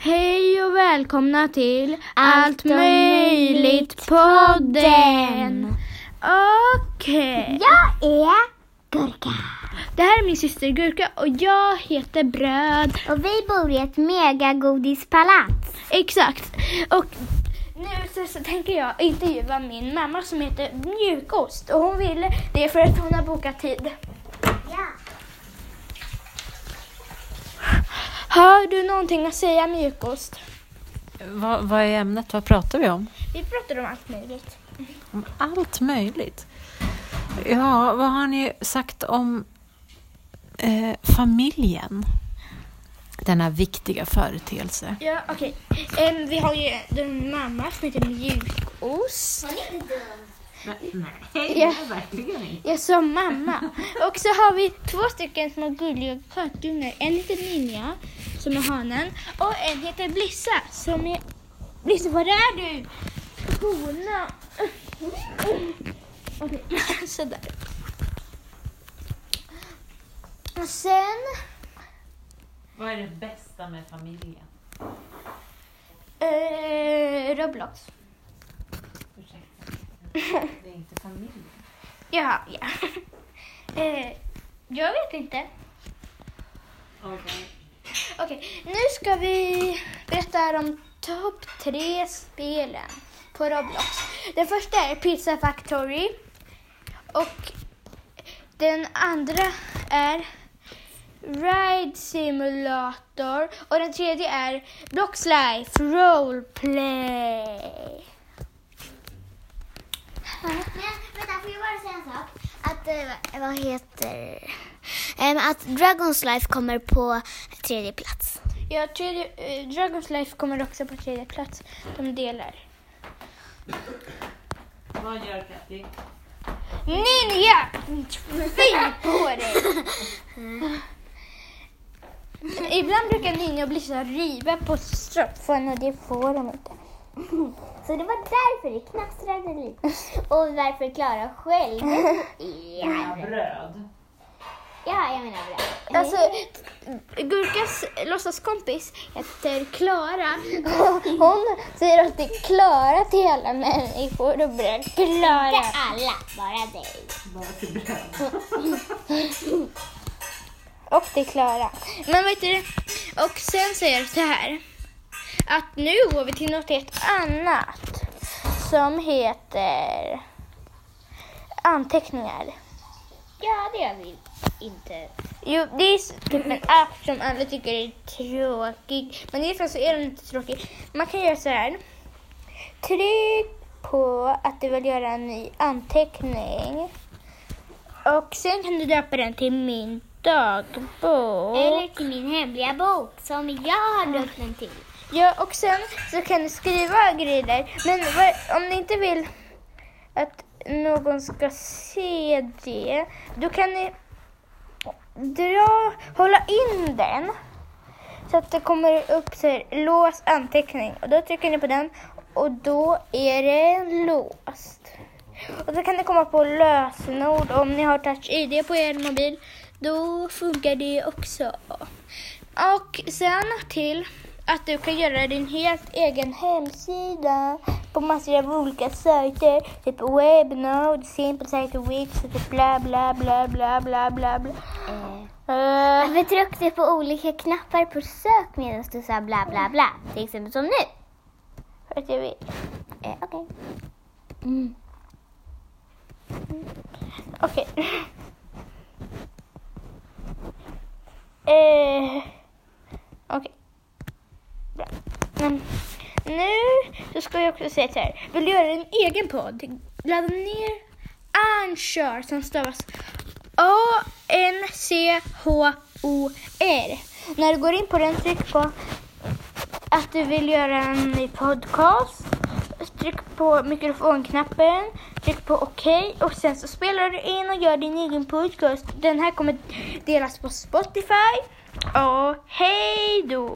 Hej och välkomna till Allt möjligt podden. Okej. Jag är Gurka. Det här är min syster Gurka och jag heter Bröd. Och vi bor i ett megagodispalats. Exakt. Och nu så tänker jag intervjua min mamma som heter Mjukost. Och hon vill det för att hon har bokat tid. Ja. Har du någonting att säga, Mjukost? Vad är ämnet? Vad pratar vi om? Vi pratar om allt möjligt. Om allt möjligt? Ja, vad har ni sagt om familjen? Denna viktiga företeelse. Ja, okej. Vi har ju en mamma som heter Mjukost. Nej, Ja. verkligen inte. Jag sa mamma. Och så har vi 2 stycken små gulliga kattungar. En heter Ninja, som är hanen. Och en heter Blissa, som är... Blissa, var är du? Hona. Okej, sådär. Och sen... Vad är det bästa med familjen? Roblox. Ursäkta. Det är inte familjen. Ja. Jag vet inte. Okej, nu ska vi berätta om topp 3 spelen på Roblox. Den första är Pizza Factory. Och den andra är Ride Simulator. Och den tredje är Blox Life Roleplay. Men vänta, får jag bara säga en sak? Att Dragon's Life kommer på 3:e plats. Ja, Dragon's Life kommer också på 3:e plats. De delar. Vad gör Katty? Ninja! Fy på dig! Ibland brukar Ninja bli så riva på straffen och det får de inte. Så det var därför det knastrade lite. Och därför Klara själv. Ja, Bröd. ja, jag menar bröd. Alltså, Gurkas låtsaskompis heter Klara. Hon säger att det är Klara till alla människor och bröd. Klara. Inte alla, bara dig. Bara till bröd. Och det är Klara. Men vet du, och sen säger det så här. Att nu går vi till något helt annat. Som heter anteckningar. Ja, det gör vi inte. Jo, det är typ en app som alla tycker är tråkig. Men det så är den inte tråkig. Man kan göra så här. Tryck på att du vill göra en ny anteckning. Och sen kan du döpa den till min dagbok. Eller till min hemliga bok som jag har döpt den till. Ja, och sen så kan du skriva grejer där. Men om ni inte vill att någon ska se det, då kan ni hålla in den så att det kommer upp så här, lås anteckning. Och då trycker ni på den och då är det låst. Och så kan det komma på lösenord. Om ni har Touch ID på er mobil, då funkar det också. Och sen till att du kan göra din helt egen hemsida på massor av olika sajter. Typ Webnode, Simple Site, Wix, typ bla bla bla bla bla bla bla. Varför tryckte du på olika knappar på sök medan du sa bla bla bla? Till exempel som nu. För att jag vill. Okej. Okej. Okej. Bra. Nu så ska jag också säga så här. Vill du göra en egen podd? Ladda ner Anchor som stavas ANCHOR. När du går in på den, tryck på att du vill göra en ny podcast. Tryck på mikrofonknappen, tryck på OK och sen så spelar du in och gör din egen podcast. Den här kommer delas på Spotify. Och hej då!